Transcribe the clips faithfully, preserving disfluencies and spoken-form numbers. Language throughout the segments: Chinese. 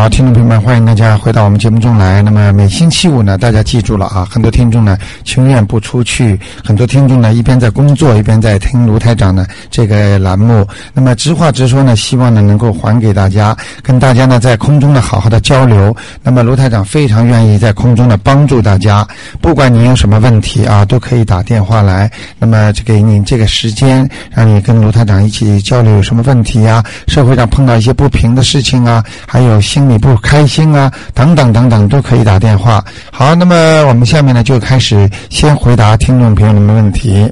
好，听众朋友们，欢迎大家回到我们节目中来。那么每星期五呢，大家记住了啊，很多听众呢情愿不出去，很多听众呢一边在工作一边在听卢台长呢这个栏目。那么直话直说呢，希望呢能够还给大家，跟大家呢在空中呢好好的交流。那么卢台长非常愿意在空中呢帮助大家，不管你有什么问题啊，都可以打电话来。那么这给你这个时间，让你跟卢台长一起交流有什么问题啊，社会上碰到一些不平的事情啊，还有心里不开心啊，等等等等，都可以打电话。好，那么我们下面呢就开始先回答听众朋友们的问题。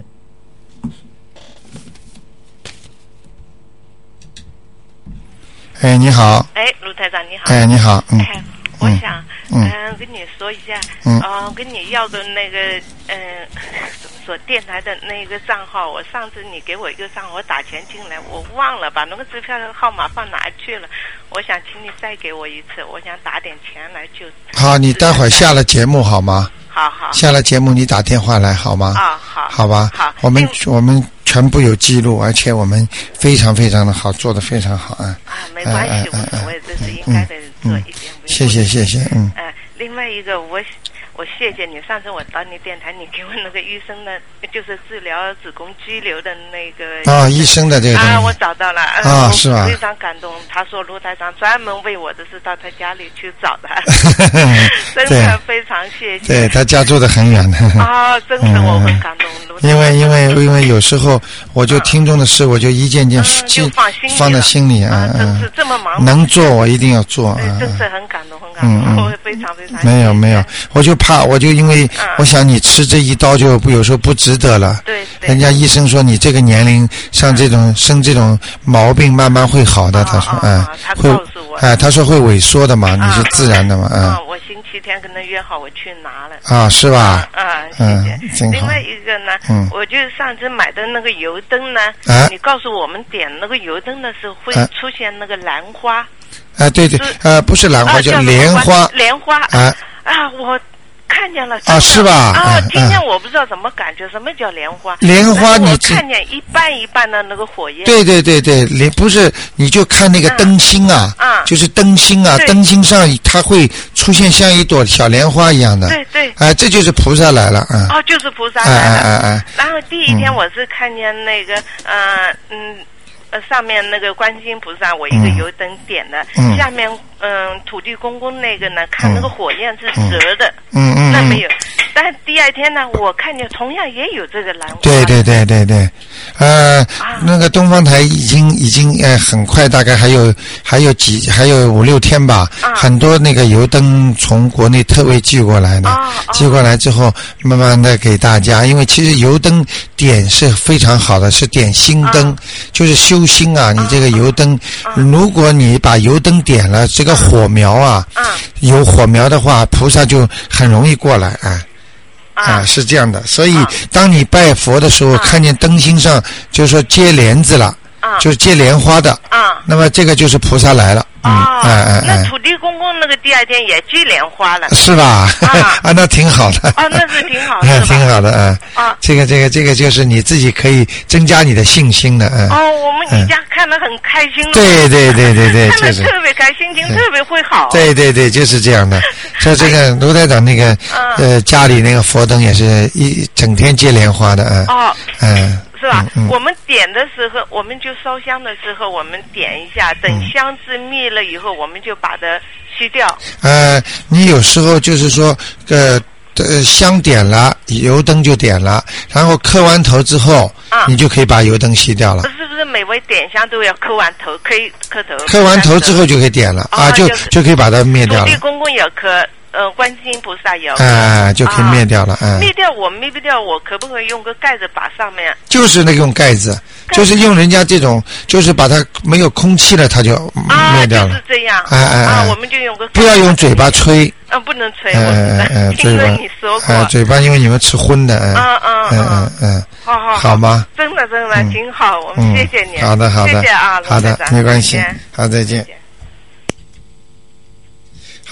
哎，你好。 哎，卢台长你好。 哎，你好。嗯。 哎，我想嗯、呃、跟你说一下， 嗯， 呃，跟你要的那个嗯、呃、怎么说电台的那个账号，我上次你给我一个账号，我打钱进来，我忘了把那个支票的号码放哪去了。我想请你再给我一次，我想打点钱来就。 好，你待会儿下了节目好吗？ 好好。 下了节目你打电话来好吗？ 啊、哦，好。 好吧。 好。 我们我们全部有记录，而且我们非常非常的好，做得非常好啊。 啊，没关系，无所谓，这是应该的，做一点。 谢谢谢谢，嗯。 呃，另外一个我。我谢谢你，上次我到你电台，你给我那个医生的，就是治疗子宫肌瘤的那个啊、哦，医生的这个啊，我找到了啊、 哦，是吧？ 非常感动。他说卢台长专门为我的事到他家里去找他，真的非常谢谢。 对，他家住得很远的啊，真的我很感动。 嗯、因为因为因为有时候我就听众的事，我就一件件嗯、就放心里放在心里啊， 嗯， 真是这么忙， 能做我一定要做啊， 真是很感动，很感动， 嗯、 我非常非常谢谢。 没有没有，我就怕，我就因为我想你吃这一刀就有时候不值得了。 对对。 人家医生说你这个年龄像这种生这种毛病慢慢会好的，他说，嗯，会，哎，他说会萎缩的嘛，你是自然的嘛，嗯。 我星期天跟他约好，我去拿了。 啊，是吧？ 啊， 嗯， 谢谢。另外一个呢，嗯，我就是上次买的那个油灯呢， 啊， 你告诉我们点那个油灯的时候会出现那个兰花。 啊，对对，呃，不是兰花，叫莲花。 莲花。 啊。 啊，我。看见了啊，是吧？ 啊，听见我不知道怎么感觉，什么叫莲花？ 莲花，你看见一半一半的那个火焰。 对对对对，莲不是，你就看那个灯芯啊， 啊， 就是灯芯啊，灯芯上它会出现像一朵小莲花一样的。 对对。 哎，这就是菩萨来了啊！ 哦，就是菩萨来了。哎哎哎。 然后第一天我是看见那个，呃嗯。呃，上面那个观世音菩萨，我一个油灯点的， 嗯、 下面嗯土地公公那个呢，看那个火焰是折的， 嗯嗯， 那没有。但第二天呢，我看见同样也有这个兰花。 对对对对对，呃，啊、那个东方台已经已经呃很快，大概还有还有几还有五六天吧， 啊、 很多那个油灯从国内特别寄过来的， 啊、 寄过来之后慢慢的给大家，因为其实油灯点是非常好的，是点心灯， 啊、 就是修心啊，你这个油灯，啊、如果你把油灯点了，这个火苗啊， 啊有火苗的话，菩萨就很容易过来啊。啊，是这样的，所以当你拜佛的时候，看见灯芯上就是说接莲子了， 啊， 就是接莲花的， 啊， 那么这个就是菩萨来了，嗯，哎哎哎，那土地公公那个第二天也接莲花了， 是吧？啊，啊，那挺好的， 啊，那是挺好的， 挺好的，啊， 啊， 这个这个这个就是你自己可以增加你的信心的，嗯。 哦，我们你家看得很开心了， 对对对对对， 看得特别开心，心情特别会好， 对对对，就是这样的。像这个卢台长那个呃家里那个佛灯也是一整天接莲花的啊。 哦。 嗯。 是吧？ 嗯嗯、 我们点的时候，我们就烧香的时候，我们点一下，等香字灭了以后，我们就把它熄掉。 呃，你有时候就是说，呃。呃，香点了，油灯就点了，然后磕完头之后，啊、你就可以把油灯熄掉了。 是不是每位点香都要磕完头，可以磕头？ 磕完头之后就可以点了、哦、啊，就、就是、就可以把它灭掉了。 土地公公也磕，呃，观世音菩萨也要磕。 哎、呃，就可以灭掉了。嗯、 啊，灭掉我灭不掉，我可不可以用个盖子把上面？ 就是那用盖子，就是用人家这种，就是把它没有空气了，它就灭掉了。 啊，就是这样。 哎哎哎， 啊，我们就用个盖子。 不要用嘴巴吹。 嗯，不能吹， 嗯嗯， 听了你说过。 啊，嘴巴因为你们吃荤的，嗯嗯嗯嗯嗯， 好好好吗？ 真的真的挺好，我们谢谢你。 好的好的， 谢谢啊， 好的，没关系，好，再见。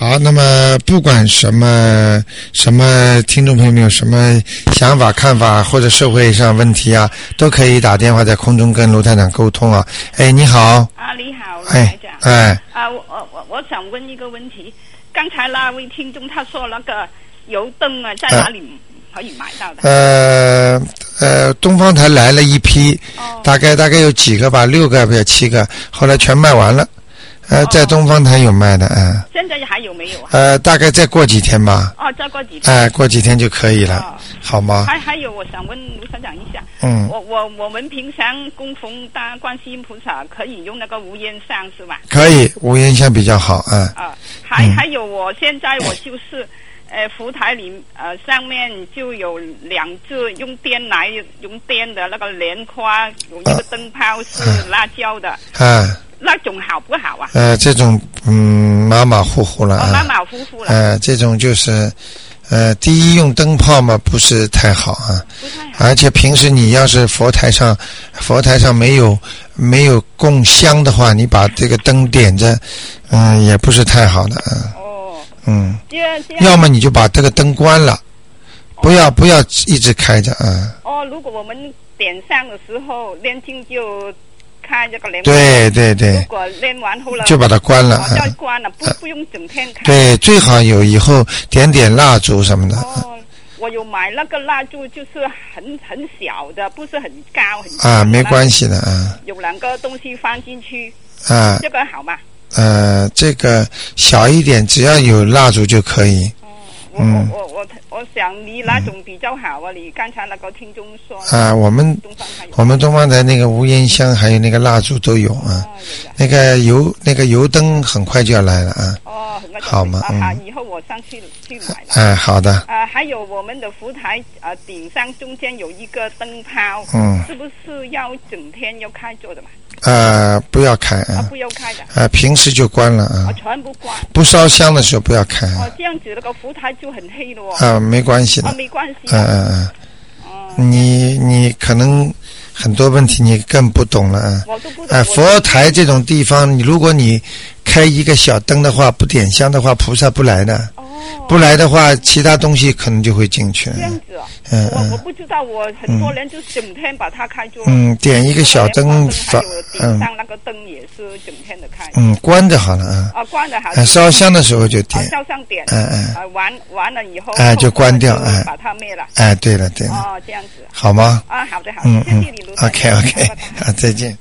好，那么不管什么什么听众朋友们有什么想法看法或者社会上问题啊，都可以打电话在空中跟卢台长沟通啊。哎，你好。 啊，你好，卢哎台长。 哎。 啊，我我我我想问一个问题，刚才那位听众他说那个油灯啊，在哪里可以买到的？ 呃呃，东方台来了一批， 哦、 大概大概有几个吧，六个不有七个，后来全卖完了。呃，在东方台有卖的，嗯、呃。 现在还有没有啊？ 呃，大概再过几天吧。 哦，再过几天。 哎、呃，过几天就可以了， 哦、 好吗？ 还还有，我想问卢台长一下。 嗯。 我我我们平常供奉大观世音菩萨，可以用那个无烟香是吧？ 可以，无烟香比较好，嗯。 啊，还、 嗯、 还有，我现在我就是。呃，佛台里呃上面就有两只用电来用电的那个莲花，有一个灯泡是辣椒的， 啊， 那种好不好啊？ 呃，这种嗯马马虎虎了， 哦，马马虎虎了。 呃，这种就是呃，第一用灯泡嘛不是太好啊， 不太好。 而且平时你要是佛台上佛台上没有没有供香的话，你把这个灯点着，嗯、呃，也不是太好的啊。 哦。 嗯，要么你就把这个灯关了，不要不要一直开着啊。 哦，如果我们点上的时候念经就开这个莲花。 对对对。 如果念完后了， 就把它关了。 哦，要关了，不不用整天开。 对，最好有以后点点蜡烛什么的。 哦，我有买那个蜡烛，就是很很小的，不是很高很高。 啊，没关系的啊。 有两个东西放进去。 啊。 这个好吗？ 呃，这个小一点，只要有蜡烛就可以。 哦，我、嗯、我我我我想你那种比较好啊！你刚才那个听众说。 啊，我们我们东方台那个无烟香还有那个蜡烛都有啊。 哦，有的。 那个油那个油灯很快就要来了啊。 哦，很快就来。 好吗？ 啊， 嗯。 好，以后我上去去买了。 哎，好的。 啊，还有我们的佛台啊，顶上中间有一个灯泡。 嗯。 是不是要整天要开着的嘛？ 呃，不要开啊、 啊，不要开的。 呃，平时就关了啊。 啊，全部关。 不烧香的时候不要开。 哦，这样子那个佛台就很黑了哦。 啊，没关系的。 啊，没关系。 嗯嗯嗯。 哦。 你你可能很多问题你更不懂了啊。 我都不懂。 哎、呃，佛台这种地方，你如果你开一个小灯的话，不点香的话，菩萨不来的。 哦。 不来的话，其他东西可能就会进去了。 这样子啊。 嗯嗯。我我不知道，我很多人就整天把它开着。 嗯，点一个小灯， 还有顶上那个灯也是整天的开。 嗯，关着好了啊。 啊，关着好。 啊，烧香的时候就点。 啊，烧香点。 嗯嗯。 啊，完完了以后。 哎，就关掉，哎。 把它灭了。 哎，对了对了。 哦，这样子。 好吗？ 啊，好的好的。 嗯嗯。 谢谢你，卢台长。 OK OK，好，再见。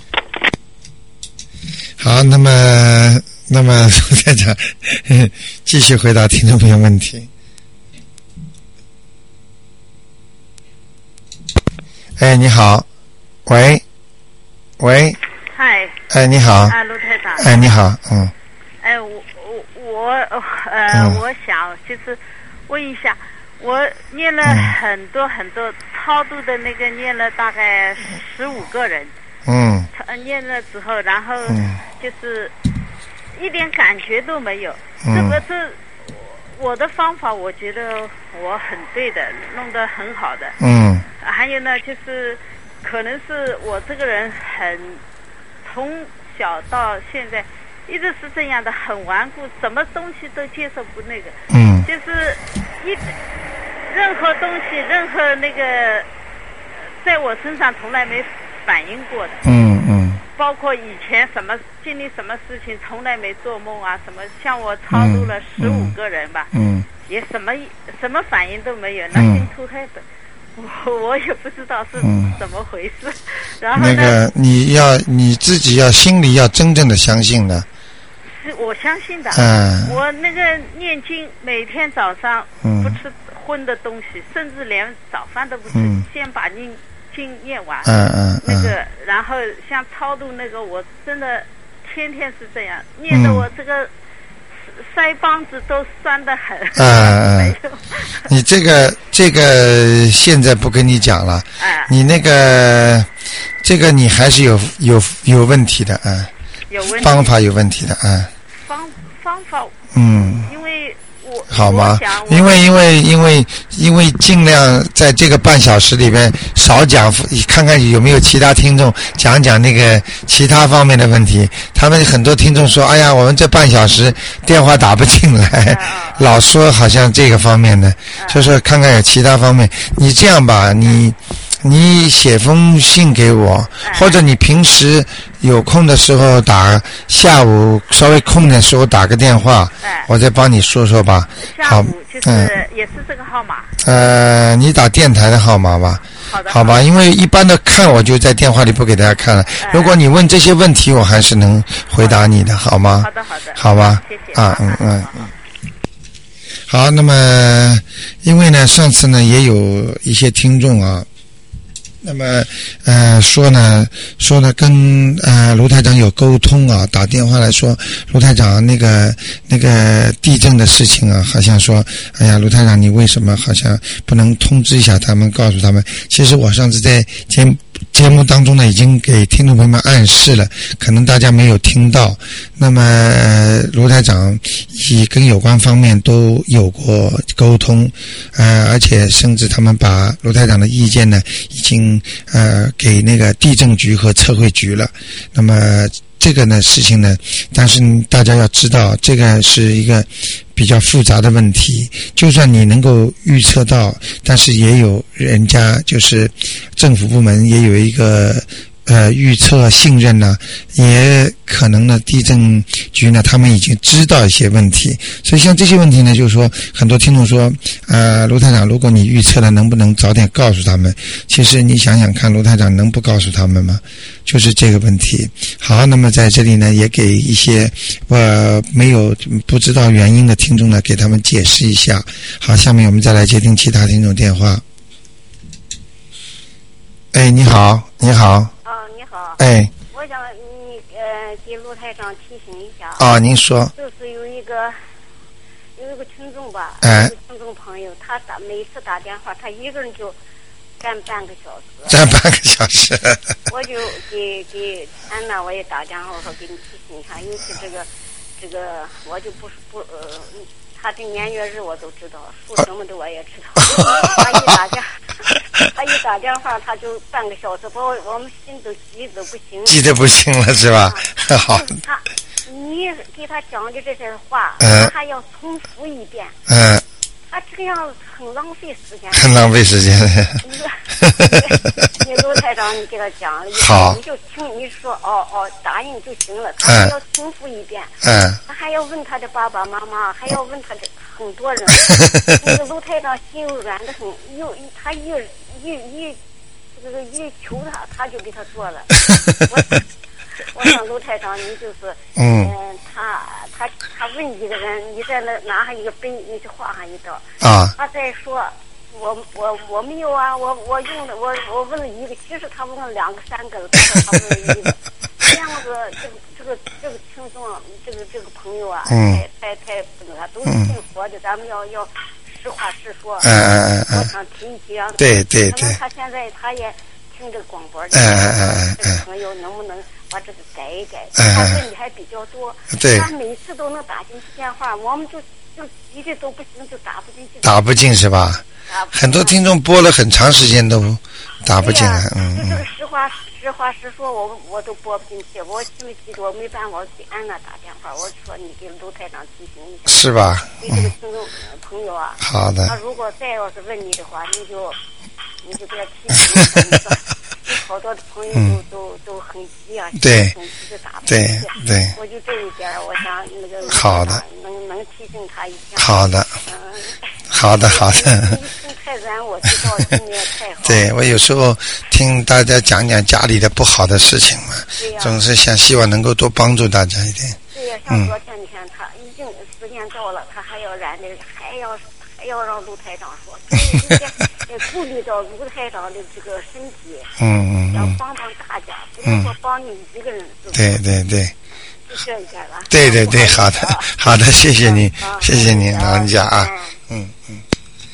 好，那么那么卢台长继续回答听众朋友问题。哎，你好，喂，喂， 嗨， 哎，你好， 啊，卢台长， 哎，你好，嗯， 哎，我我我呃、 嗯， 我想就是问一下，我念了很多很多超度的那个，念了大概十五个人， 嗯， 念了之后，然后就是一点感觉都没有， 嗯、 这个这我的方法，我觉得我很对的，弄得很好的， 嗯。 还有呢，就是可能是我这个人很从小到现在一直是这样的，很顽固，什么东西都接受不那个。 嗯。 就是一任何东西，任何那个，在我身上从来没反应过的。 嗯嗯。 包括以前什么经历什么事情，从来没做梦啊，什么像我超度了十五个人吧， 嗯， 也什么什么反应都没有，那心突黑的。我我也不知道是怎么回事，嗯、然后呢？ 那个你要你自己要心里要真正的相信的。 是我相信的。 嗯。 我那个念经，每天早上不吃荤的东西，嗯、甚至连早饭都不吃， 嗯、 先把念经念完。 嗯嗯嗯。 那个，然后像超度那个，我真的天天是这样念的，我这个。腮帮子都酸得很。 嗯嗯。你这个这个现在不跟你讲了。 啊。 你那个这个你还是有有有问题的啊。 有问题。 方法有问题的啊。 方方法。 嗯。 因为我好吗我想？我因为因为因为因为尽量在这个半小时里边少讲，看看有没有其他听众讲讲那个其他方面的问题。他们很多听众说：“哎呀，我们这半小时电话打不进来，老说好像这个方面的，就是看看有其他方面。你这样吧，你。”你写封信给我，或者你平时有空的时候打，下午稍微空的时候打个电话，我再帮你说说吧。 下午就是、嗯、也是这个号码。 呃，你打电台的号码吧。 好的。 好吧，因为一般的看我就在电话里不给大家看了。如果你问这些问题，我还是能回答你的，好吗？ 好的，好的。 好吧。 谢谢。 啊，嗯嗯嗯。好，那么因为呢，上次呢也有一些听众啊。那么，呃，说呢，说呢，跟呃卢台长有沟通啊，打电话来说，卢台长那个那个地震的事情啊，好像说，哎呀，卢台长你为什么好像不能通知一下他们，告诉他们？其实我上次在节目节目当中呢，已经给听众朋友们暗示了，可能大家没有听到。那么，呃、卢台长已跟有关方面都有过沟通，呃，而且甚至他们把卢台长的意见呢，已经呃给那个地震局和测绘局了。那么这个呢事情呢，但是大家要知道，这个是一个比较复杂的问题。就算你能够预测到，但是也有人家就是政府部门也有一个呃预测信任呢，也可能呢地震局呢他们已经知道一些问题。所以像这些问题呢，就是说很多听众说呃卢台长，如果你预测了，能不能早点告诉他们？其实你想想看，卢台长能不告诉他们吗？就是这个问题。好，那么在这里呢，也给一些呃没有不知道原因的听众呢，给他们解释一下。好，下面我们再来接听其他听众电话。哎，你好，你好。 哦，你好。 哎。 我想你呃给卢台长提醒一下。 啊，您说。 就是有一个有一个群众吧， 哎， 群众朋友，他打每次打电话，他一个人就站半个小时。 站半个小时。 我就给给安娜，我也打电话，我说给你提醒一下，尤其这个这个，我就不是不呃。他的年月日我都知道，属什么的我也知道。他一打电，他一打电话，他就半个小时，把我我们心都急得不行。 急得不行了是吧？啊、好。 他，你给他讲的这些话， 嗯、 他还要重复一遍。 嗯。 他这个样很浪费时间。 很浪费时间。 你卢台长，你给他讲， 好， 你就听，你说哦哦，答应就行了。他还要重复一遍。 嗯。 他还要问他的爸爸妈妈，还要问他的很多人。那个卢台长心软得很，又他一一一这个一求他，他就给他做了。我我想卢台长，你就是嗯、呃，他他他问一个人，你在那拿上一个杯，你去画上一道啊。 他再说。我我我没有啊，我我用的我我问了一个，其实他问了两个三个了，他问了一个，这样子这个这个这个听众这个这个朋友啊， 嗯、 太太太不能啊，都是信佛的，咱们要要实话实说。 嗯嗯嗯。 我想提一提啊。 对对对。 可能他现在他也听这个广播， 嗯嗯嗯这个朋友能不能把这个改一改？ 嗯、 他问题还比较多， 对。 他每次都能打进去电话，我们就就急的都不行，就打不进去。 打不进是吧？很多听众播了很长时间都打不进来，嗯嗯。 就这个实话实话实说，我我都播不进去，我心里急得我没办法，我给安娜打电话，我说你给卢台长提醒一下。 是吧？ 对这个听众朋友啊。 好的。 他如果再要是问你的话，你就你就给他提醒一下，你说有好多的朋友都、嗯、都都很急啊， 对， 很急的打不进去。对对。 我就这一点，我想那个好的， 能能提醒他一下。 好的。 嗯。 好的好的。 太软，我知道今年太好。 对，我有时候听大家讲讲家里的不好的事情嘛， 对呀、 总是想希望能够多帮助大家一点。 对呀、像昨天你看他已经时间到了，他还要染的，还要还要让卢台长说，所以顾虑到卢台长的这个身体， 嗯嗯， 要帮帮大家，不是说帮你一个人。 对对对。 就这一点吧。 对对对，好的好的，谢谢你，谢谢你老人家啊，嗯嗯。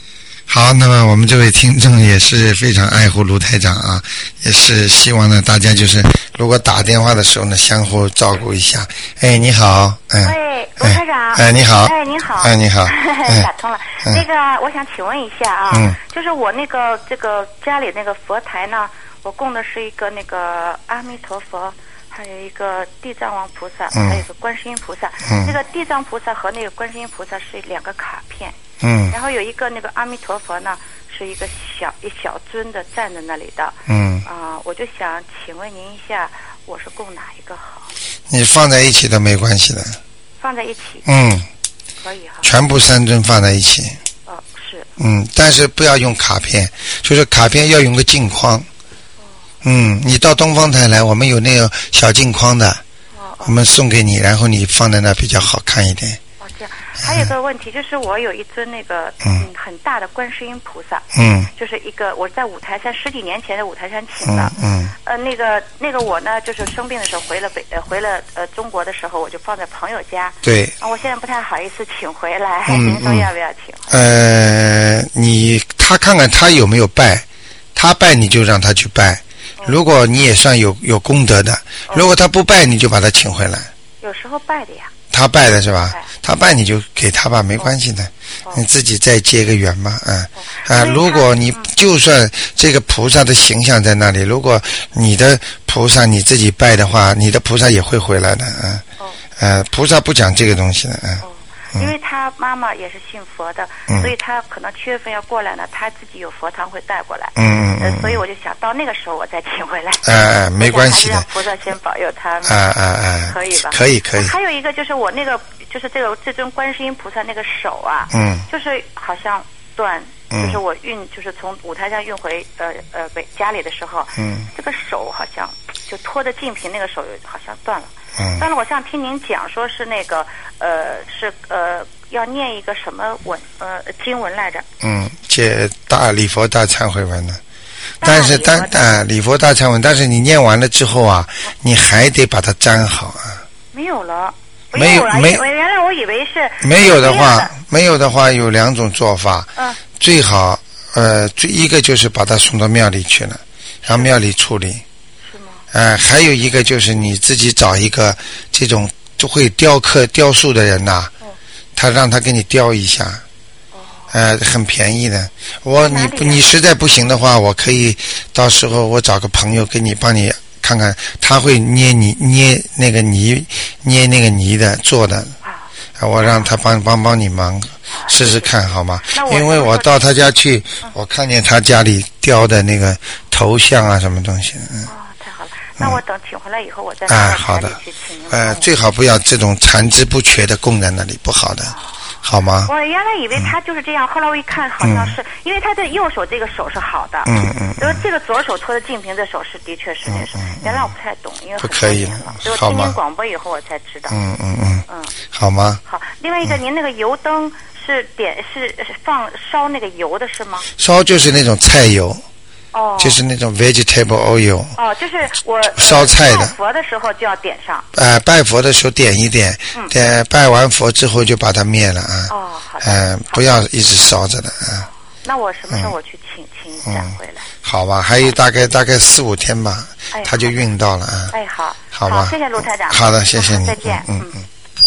好，那么我们这位听众也是非常爱护卢台长啊，也是希望呢大家就是如果打电话的时候呢相互照顾一下。哎，你好，嗯， 喂，卢台长， 哎，你好， 哎，你好， 哎，你好， 哎、打通了、嗯。那个，我想请问一下啊， 嗯， 就是我那个这个家里那个佛台呢，我供的是一个那个阿弥陀佛。还有一个地藏王菩萨， 嗯、 还有一个观世音菩萨。 嗯， 那个地藏菩萨和那个观世音菩萨是两个卡片。 嗯， 然后有一个那个阿弥陀佛呢，是一个小一小尊的站在那里的。 嗯， 啊、呃，我就想请问您一下，我是供哪一个好？ 你放在一起都没关系的。放在一起。 嗯， 可以哈。 全部三尊放在一起。 哦，是。 嗯，但是不要用卡片，就是卡片要用个镜框。嗯，你到东方台来，我们有那个小镜框的， 哦哦、 我们送给你，然后你放在那比较好看一点。 哦，这样。还有个问题、嗯、就是我有一尊那个嗯很大的观世音菩萨， 嗯， 就是一个我在五台山十几年前的五台山请的， 嗯，嗯呃那个那个我呢就是生病的时候回了北呃回了呃中国的时候我就放在朋友家， 对， 啊我现在不太好意思请回来， 嗯、 您说要不要请？ 呃，你他看看他有没有拜，他拜你就让他去拜。如果你也算有有功德的，如果他不拜，你就把他请回来。 有时候拜的呀。 他拜的是吧？他拜你就给他吧，没关系的。哦、你自己再结个缘嘛，嗯啊。如果你就算这个菩萨的形象在那里，如果你的菩萨你自己拜的话，你的菩萨也会回来的，嗯。哦。呃，菩萨不讲这个东西的，嗯。 哦。因为他妈妈也是信佛的、嗯，所以他可能七月份要过来呢，他自己有佛堂会带过来。 嗯嗯、 呃。所以我就想到那个时候我再请回来。 哎、呃、哎，没关系的。 让菩萨先保佑他们。 哎哎哎， 可以吧？ 可以可以。 还有一个就是我那个，就是这个这尊观世音菩萨那个手啊， 嗯， 就是好像断，嗯、就是我运，就是从五台山运回呃呃北家里的时候， 嗯， 这个手好像就拖着净瓶那个手好像断了。 嗯。 但是我像听您讲说是那个呃是呃。要念一个什么文呃经文来着？ 嗯，借大礼佛大忏悔文呢。但是当啊礼佛大忏悔，但是你念完了之后啊，你还得把它粘好啊。 没有了。 没有没有。原来我以为是。 没有的话，没有的话有两种做法。 嗯。 最好呃，最一个就是把它送到庙里去了，让庙里处理。 是吗？ 呃，还有一个就是你自己找一个这种就会雕刻雕塑的人呐、啊。他让他给你雕一下，呃，很便宜的。我你不你实在不行的话，我可以到时候我找个朋友给你帮你看看，他会捏泥捏那个泥捏那个泥的做的，我让他帮帮帮你忙试试看好吗？因为我到他家去，我看见他家里雕的那个头像啊什么东西，嗯。 那我等请回来以后，我再哎，好的，呃，最好不要这种残肢不全的供在那里，不好的，好吗？ 我原来以为他就是这样，嗯、后来我一看，好像是、嗯、因为他的右手这个手是好的， 嗯嗯， 就是这个左手托的净瓶的手是的确是那是、嗯嗯，原来我不太懂，因为不可以了，所以我听您广播以后我才知道， 嗯嗯嗯嗯， 好吗？ 好，另外一个，您那个油灯是点是放烧那个油的是吗？ 烧就是那种菜油。 哦， 就是那种 vegetable oil。 哦，就是我烧菜的。 拜佛的时候就要点上。 呃，拜佛的时候点一点， 嗯， 点拜完佛之后就把它灭了啊。 哦，好的。 嗯、呃，不要一直烧着的啊。 那我什么时候我去请、嗯、请一盏回来？ 好吧，还有大概大概四五天吧， 哎， 他就运到了啊。 哎，好， 好吧， 好，谢谢卢台长。 好的，谢谢你， 再见。 嗯嗯。嗯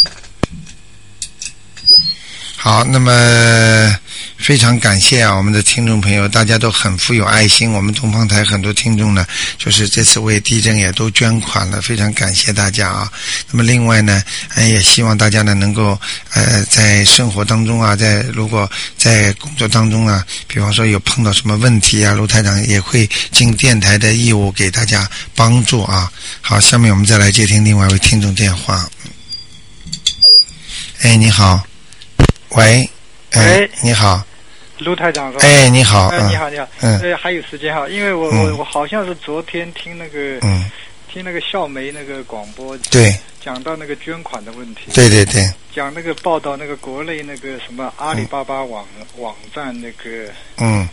好，那么非常感谢啊，我们的听众朋友，大家都很富有爱心。我们东方台很多听众呢，就是这次为地震也都捐款了，非常感谢大家啊。那么另外呢，呃、也希望大家呢能够呃在生活当中啊，在如果在工作当中啊，比方说有碰到什么问题啊，卢台长也会尽电台的义务给大家帮助啊。好，下面我们再来接听另外一位听众电话。哎，你好。喂，哎，你好， 卢台长是吧？ 哎，你好， 哎，你好，你好， 嗯， 呃，还有时间哈，因为我、嗯、我我好像是昨天听那个， 嗯， 听那个校媒那个广播， 对， 讲到那个捐款的问题， 对对对， 讲那个报道那个国内那个什么阿里巴巴网、嗯、网站那个， 嗯，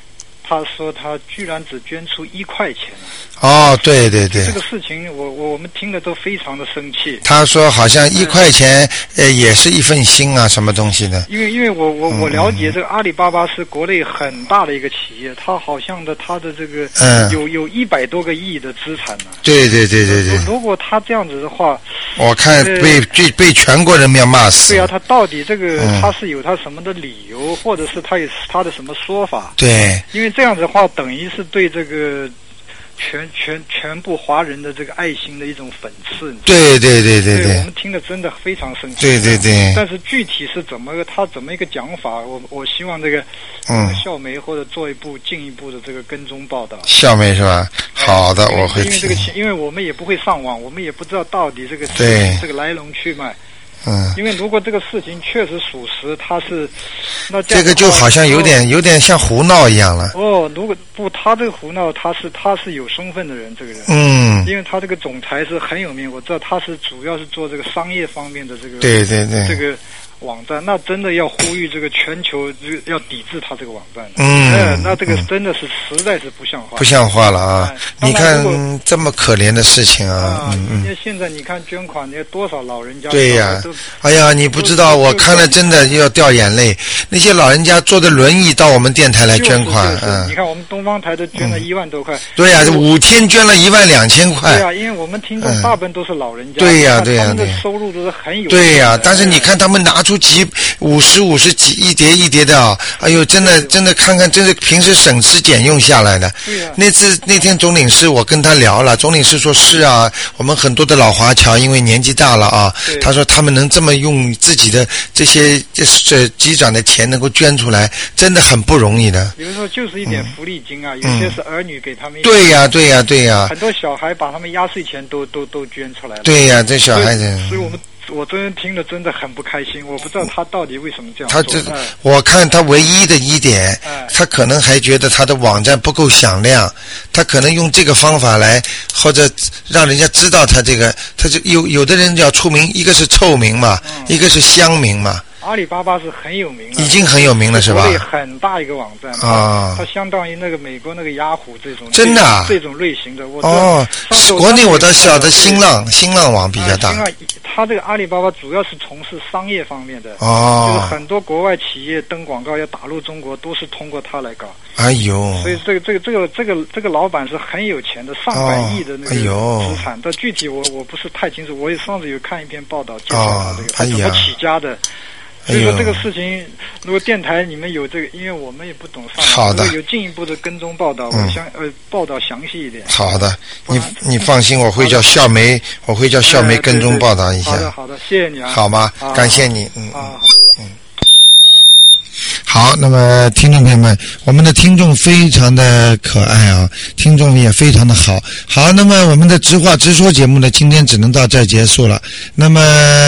他说他居然只捐出一块钱。 哦，对对对， 这个事情我我我们听了都非常的生气。 他说好像一块钱、嗯、呃也是一份心啊，什么东西的。 因为因为我我我了解这个阿里巴巴是国内很大的一个企业，它好像的它的这个嗯有有一百多个亿的资产呢、啊。 对对对对对。 如果他这样子的话， 我看被被、呃、被全国人民要骂死。 对啊，他到底这个、嗯、他是有他什么的理由，或者是他有他的什么说法？ 对。 因为这样子的话，等于是对这个。全全全部华人的这个爱心的一种讽刺。 对对对对对, 对， 我们听得真的非常生气。 对对对。 但是具体是怎么个他怎么一个讲法，我我希望这个嗯校媒或者做一步进一步的这个跟踪报道。 校媒是吧？好的，我会。 因为这个因为我们也不会上网，我们也不知道到底这个对这个来龙去脉。 嗯， 因为如果这个事情确实属实，他是那这个就好像有点有点像胡闹一样了。 哦，如果不，他这个胡闹，他是他是有身份的人，这个人。 嗯。 因为他这个总裁是很有名，我知道他是主要是做这个商业方面的这个。 对对对。 这个网站，那真的要呼吁这个全球要抵制他这个网站。 嗯。 呃、那这个真的是实在是不像话。 不像话了啊！你看这么可怜的事情啊！ 啊嗯嗯。 因为现在你看捐款，有多少老人家。 对呀、啊。哎呀，你不知道，我看了真的要掉眼泪。那些老人家坐着轮椅到我们电台来捐款， 就是就是、 嗯。 你看我们东方台都捐了一万多块。嗯、 对呀、啊，五天捐了一万两千块。 对呀、啊，因为我们听众大部分都是老人家。 嗯、对呀、啊，对呀、啊， 他们的收入都是很有。 对呀、啊，但是你看他们拿出几五十五十几一叠一叠的啊，哎呦，真的真的看看，真是平时省吃俭用下来的。 对呀、啊。 那次那天总领事我跟他聊了，总领事说是啊，我们很多的老华侨因为年纪大了啊，他说他们能这么用自己的这些这这机长的钱能够捐出来，真的很不容易的。 比如说就是一点福利金啊，嗯、有些是儿女给他们。 对呀、啊、对呀、啊、对呀、啊。 很多小孩把他们压岁钱都都都捐出来了。 对呀、啊，这小孩子。 所以，所以我们。我真的听了真的很不开心，我不知道他到底为什么这样做。他这，嗯、我看他唯一的一点，嗯、他可能还觉得他的网站不够响亮，他可能用这个方法来，或者让人家知道他这个，他就有有的人叫出名，一个是臭名嘛，嗯、一个是乡名嘛。 阿里巴巴是很有名的， 已经很有名了，是吧？ 国内很大一个网站啊， 它相当于那个美国那个雅虎这种真的、啊、 这种类型的。我哦，国内我倒晓得新浪新浪网比较大。 新浪，它这个阿里巴巴主要是从事商业方面的， 哦， 就是很多国外企业登广告要打入中国，都是通过它来搞。 哎呦， 所以这个这个这个这个这个老板是很有钱的，上百亿的那个资产。但、哦哎、具体我我不是太清楚，我也上次有看一篇报道介绍他这个、哦、他怎么起家的。所以说这个事情，如果电台你们有这个，因为我们也不懂上， 好的， 有进一步的跟踪报道， 嗯、 我想呃报道详细一点。 好的，你你放心，我会叫校媒，我会叫校媒跟踪报道一下。 好的好的，谢谢你啊。 好吗？ 啊、 感谢你，嗯啊好嗯。好，那么听众朋友们，我们的听众非常的可爱啊，听众也非常的好。好，那么我们的直话直说节目呢，今天只能到这儿结束了。那么。